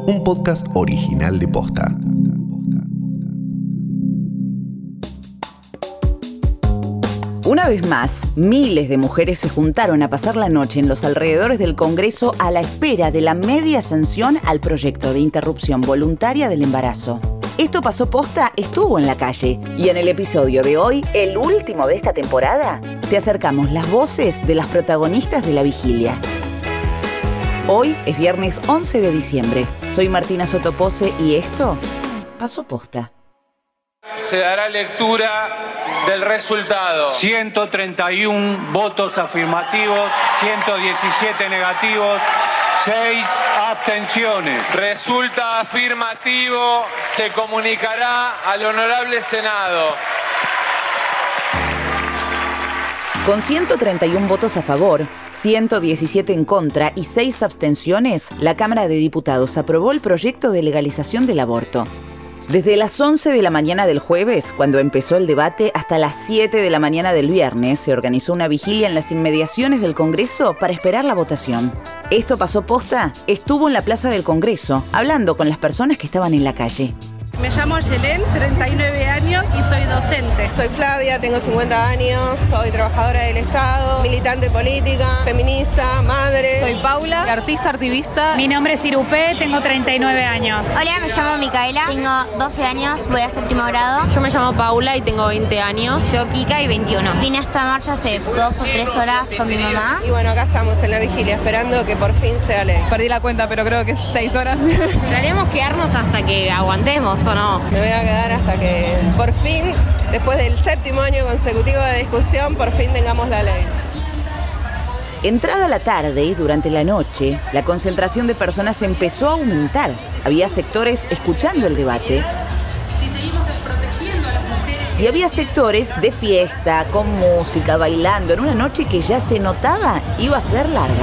un podcast original de Posta. Una vez más, miles de mujeres se juntaron a pasar la noche en los alrededores del Congreso a la espera de la media sanción al proyecto de interrupción voluntaria del embarazo. Esto Pasó Posta estuvo en la calle y en el episodio de hoy, el último de esta temporada, te acercamos las voces de las protagonistas de la vigilia. Hoy es viernes 11 de diciembre. Soy Martina Sotopose y esto Pasó Posta. Se dará lectura del resultado. 131 votos afirmativos, 117 negativos, 6 abstenciones. Resulta afirmativo, se comunicará al Honorable Senado. Con 131 votos a favor, 117 en contra y 6 abstenciones, la Cámara de Diputados aprobó el proyecto de legalización del aborto. Desde las 11 de la mañana del jueves, cuando empezó el debate, hasta las 7 de la mañana del viernes, se organizó una vigilia en las inmediaciones del Congreso para esperar la votación. Esto Pasó Posta estuvo en la Plaza del Congreso, hablando con las personas que estaban en la calle. Me llamo Yelén, 39 años y soy docente. Soy Flavia, tengo 50 años, soy trabajadora del Estado, militante política, feminista, madre. Soy Paula, artista, activista. Mi nombre es Irupé, tengo 39 años. Hola, me llamo Micaela, tengo 12 años, voy a séptimo grado. Yo me llamo Paula y tengo 20 años. Yo Kika y 21. Vine a esta marcha hace 2 o 3 horas con mi mamá. Y bueno, acá estamos en la vigilia esperando que por fin sea ley. Perdí la cuenta, pero creo que es 6 horas. Deberíamos quedarnos hasta que aguantemos, ¿o no? Me voy a quedar hasta que por fin, después del 7º año consecutivo de discusión, por fin tengamos la ley. Entrada la tarde y durante la noche, la concentración de personas empezó a aumentar. Había sectores escuchando el debate y había sectores de fiesta, con música, bailando, en una noche que ya se notaba iba a ser larga.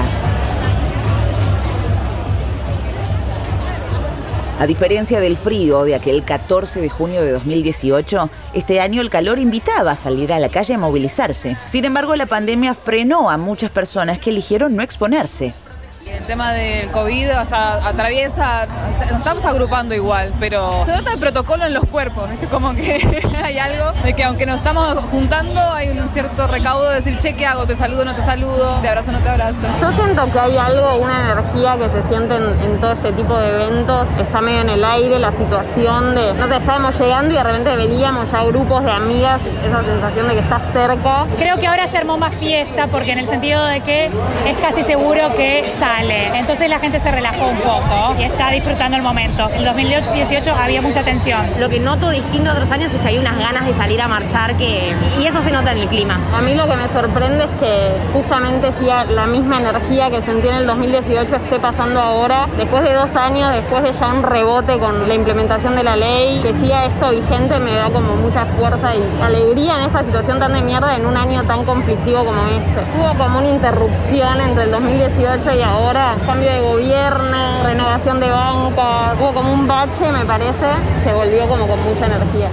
A diferencia del frío de aquel 14 de junio de 2018, este año el calor invitaba a salir a la calle a movilizarse. Sin embargo, la pandemia frenó a muchas personas que eligieron no exponerse. El tema del COVID hasta atraviesa, nos estamos agrupando igual, pero se nota el protocolo en los cuerpos, ¿viste? Como que hay algo de que aunque nos estamos juntando hay un cierto recaudo de decir, che, ¿qué hago? ¿Te saludo, no te saludo? ¿Te abrazo, no te abrazo? Yo siento que hay algo, una energía que se siente en todo este tipo de eventos, está medio en el aire, la situación de, no te estábamos llegando y de repente veníamos ya grupos de amigas, esa sensación de que estás cerca. Creo que ahora se armó más fiesta porque en el sentido de que es casi seguro que sale. Entonces la gente se relajó un poco y está disfrutando el momento. En 2018 había mucha tensión. Lo que noto distinto a otros años es que hay unas ganas de salir a marchar y eso se nota en el clima. A mí lo que me sorprende es que justamente siga la misma energía que sentí en el 2018 esté pasando ahora, después de 2 años, después de ya un rebote con la implementación de la ley, que siga esto vigente me da como mucha fuerza y alegría en esta situación tan de mierda en un año tan conflictivo como este. Hubo como una interrupción entre el 2018 y ahora, cambio de gobierno, renovación de bancas, hubo como un bache, me parece, se volvió como con mucha energía.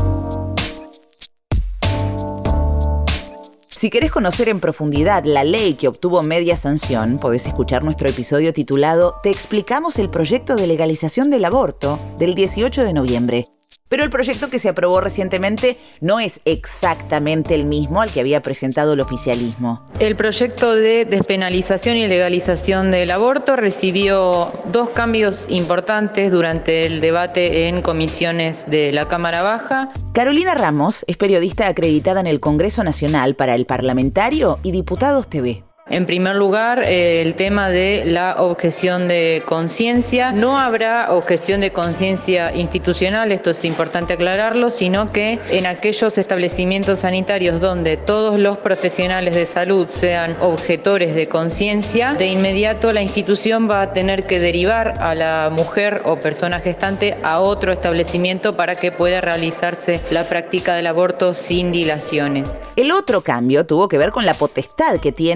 Si querés conocer en profundidad la ley que obtuvo media sanción, podés escuchar nuestro episodio titulado Te explicamos el proyecto de legalización del aborto del 18 de noviembre. Pero el proyecto que se aprobó recientemente no es exactamente el mismo al que había presentado el oficialismo. El proyecto de despenalización y legalización del aborto recibió 2 cambios importantes durante el debate en comisiones de la Cámara Baja. Carolina Ramos es periodista acreditada en el Congreso Nacional para El Parlamentario y Diputados TV. En primer lugar, el tema de la objeción de conciencia. No habrá objeción de conciencia institucional, esto es importante aclararlo, sino que en aquellos establecimientos sanitarios donde todos los profesionales de salud sean objetores de conciencia, de inmediato la institución va a tener que derivar a la mujer o persona gestante a otro establecimiento para que pueda realizarse la práctica del aborto sin dilaciones. El otro cambio tuvo que ver con la potestad que tiene una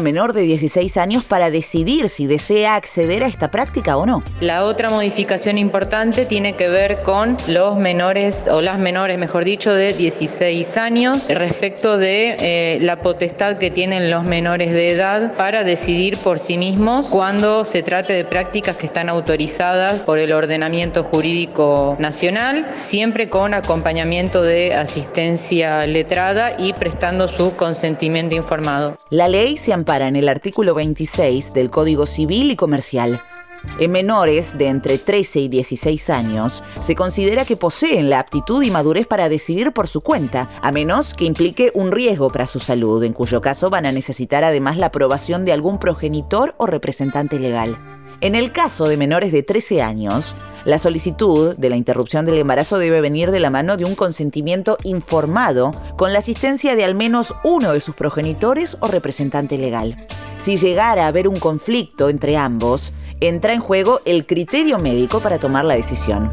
menor de 16 años para decidir si desea acceder a esta práctica o no. La otra modificación importante tiene que ver con los menores, o las menores, mejor dicho, de 16 años, respecto de la potestad que tienen los menores de edad para decidir por sí mismos cuando se trate de prácticas que están autorizadas por el ordenamiento jurídico nacional, siempre con acompañamiento de asistencia letrada y prestando su consentimiento informado. La ley se ampara en el artículo 26 del Código Civil y Comercial. En menores de entre 13 y 16 años, se considera que poseen la aptitud y madurez para decidir por su cuenta, a menos que implique un riesgo para su salud, en cuyo caso van a necesitar además la aprobación de algún progenitor o representante legal. En el caso de menores de 13 años, la solicitud de la interrupción del embarazo debe venir de la mano de un consentimiento informado con la asistencia de al menos uno de sus progenitores o representante legal. Si llegara a haber un conflicto entre ambos, entra en juego el criterio médico para tomar la decisión.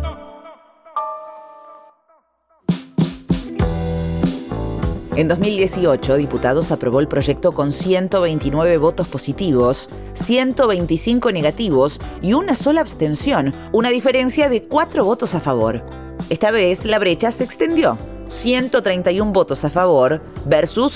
En 2018, Diputados aprobó el proyecto con 129 votos positivos, 125 negativos y una sola abstención, una diferencia de 4 votos a favor. Esta vez la brecha se extendió. 131 votos a favor versus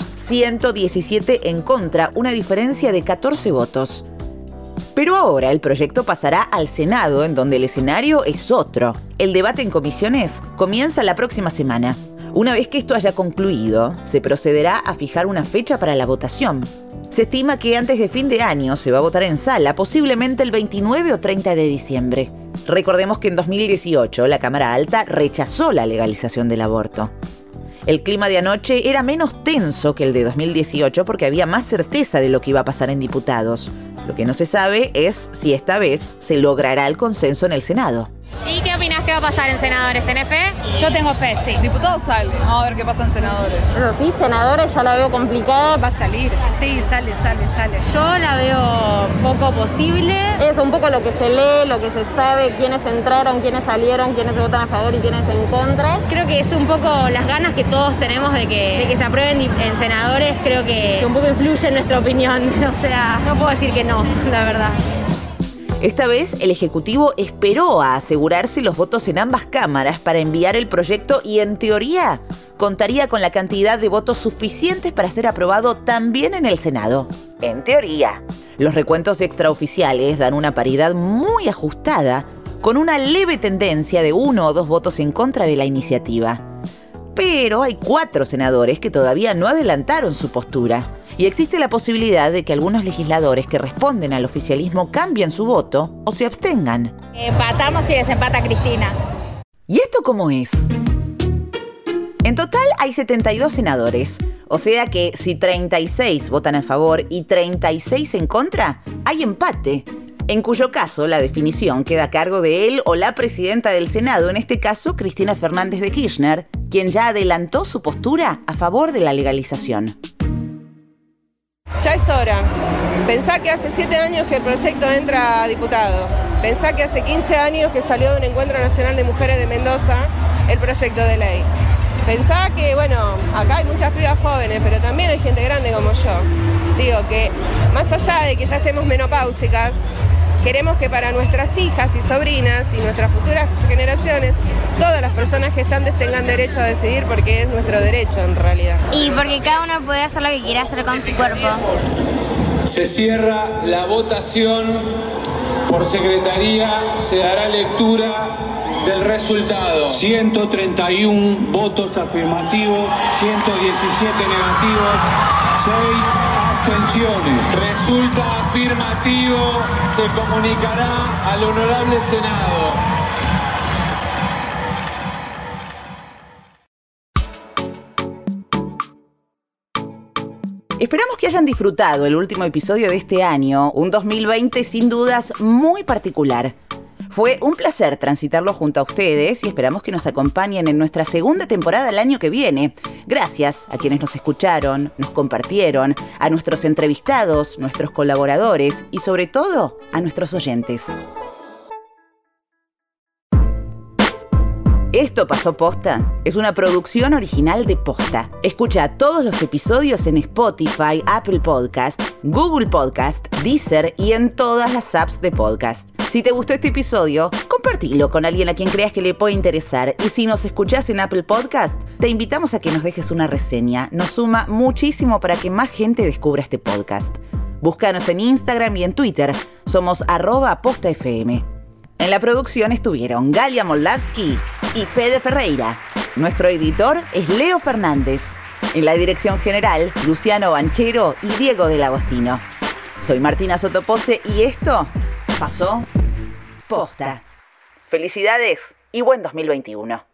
117 en contra, una diferencia de 14 votos. Pero ahora el proyecto pasará al Senado, en donde el escenario es otro. El debate en comisiones comienza la próxima semana. Una vez que esto haya concluido, se procederá a fijar una fecha para la votación. Se estima que antes de fin de año se va a votar en sala, posiblemente el 29 o 30 de diciembre. Recordemos que en 2018 la Cámara Alta rechazó la legalización del aborto. El clima de anoche era menos tenso que el de 2018 porque había más certeza de lo que iba a pasar en diputados. Lo que no se sabe es si esta vez se logrará el consenso en el Senado. ¿Y qué opinás que va a pasar en senadores? ¿Tenés fe? Yo tengo fe, sí. Diputados sale, vamos a ver qué pasa en senadores. Pero sí, senadores ya la veo complicada. Va a salir. Sí, sale. Yo la veo poco posible. Es un poco lo que se lee, lo que se sabe, quiénes entraron, quiénes salieron, quiénes votan a favor y quiénes en contra. Creo que es un poco las ganas que todos tenemos de que se aprueben en senadores, creo que un poco influye en nuestra opinión. O sea, no puedo decir que no, la verdad. Esta vez el Ejecutivo esperó a asegurarse los votos en ambas cámaras para enviar el proyecto y, en teoría, contaría con la cantidad de votos suficientes para ser aprobado también en el Senado. En teoría. Los recuentos extraoficiales dan una paridad muy ajustada, con una leve tendencia de 1 o 2 votos en contra de la iniciativa. Pero hay 4 senadores que todavía no adelantaron su postura. Y existe la posibilidad de que algunos legisladores que responden al oficialismo cambien su voto o se abstengan. Empatamos y desempata Cristina. ¿Y esto cómo es? En total hay 72 senadores. O sea que si 36 votan a favor y 36 en contra, hay empate. En cuyo caso la definición queda a cargo de él o la presidenta del Senado, en este caso Cristina Fernández de Kirchner, quien ya adelantó su postura a favor de la legalización. Ya es hora. Pensá que hace 7 años que el proyecto entra a diputado. Pensá que hace 15 años que salió de un encuentro nacional de mujeres de Mendoza el proyecto de ley. Pensá que, bueno, acá hay muchas pibas jóvenes, pero también hay gente grande como yo. Digo que, más allá de que ya estemos menopáusicas, queremos que para nuestras hijas y sobrinas y nuestras futuras generaciones, todas las personas gestantes tengan derecho a decidir, porque es nuestro derecho en realidad. Y porque cada uno puede hacer lo que quiera hacer con su cuerpo. Se cierra la votación. Por secretaría se dará lectura del resultado. 131 votos afirmativos, 117 negativos, 6 abstenciones. Resulta afirmativo, se comunicará al Honorable Senado. Esperamos que hayan disfrutado el último episodio de este año, un 2020 sin dudas muy particular. Fue un placer transitarlo junto a ustedes y esperamos que nos acompañen en nuestra segunda temporada el año que viene. Gracias a quienes nos escucharon, nos compartieron, a nuestros entrevistados, nuestros colaboradores y sobre todo a nuestros oyentes. Esto pasó posta es una producción original de Posta. Escucha todos los episodios en Spotify, Apple Podcast, Google Podcast, Deezer y en todas las apps de podcast. Si te gustó este episodio, compartilo con alguien a quien creas que le puede interesar. Y si nos escuchás en Apple Podcast, te invitamos a que nos dejes una reseña. Nos suma muchísimo para que más gente descubra este podcast. Búscanos en Instagram y en Twitter. Somos @postafm. En la producción estuvieron Galia Moldavsky y Fede Ferreira. Nuestro editor es Leo Fernández. En la dirección general, Luciano Banchero y Diego del Agostino. Soy Martina Sotopose y esto pasó posta. Felicidades y buen 2021.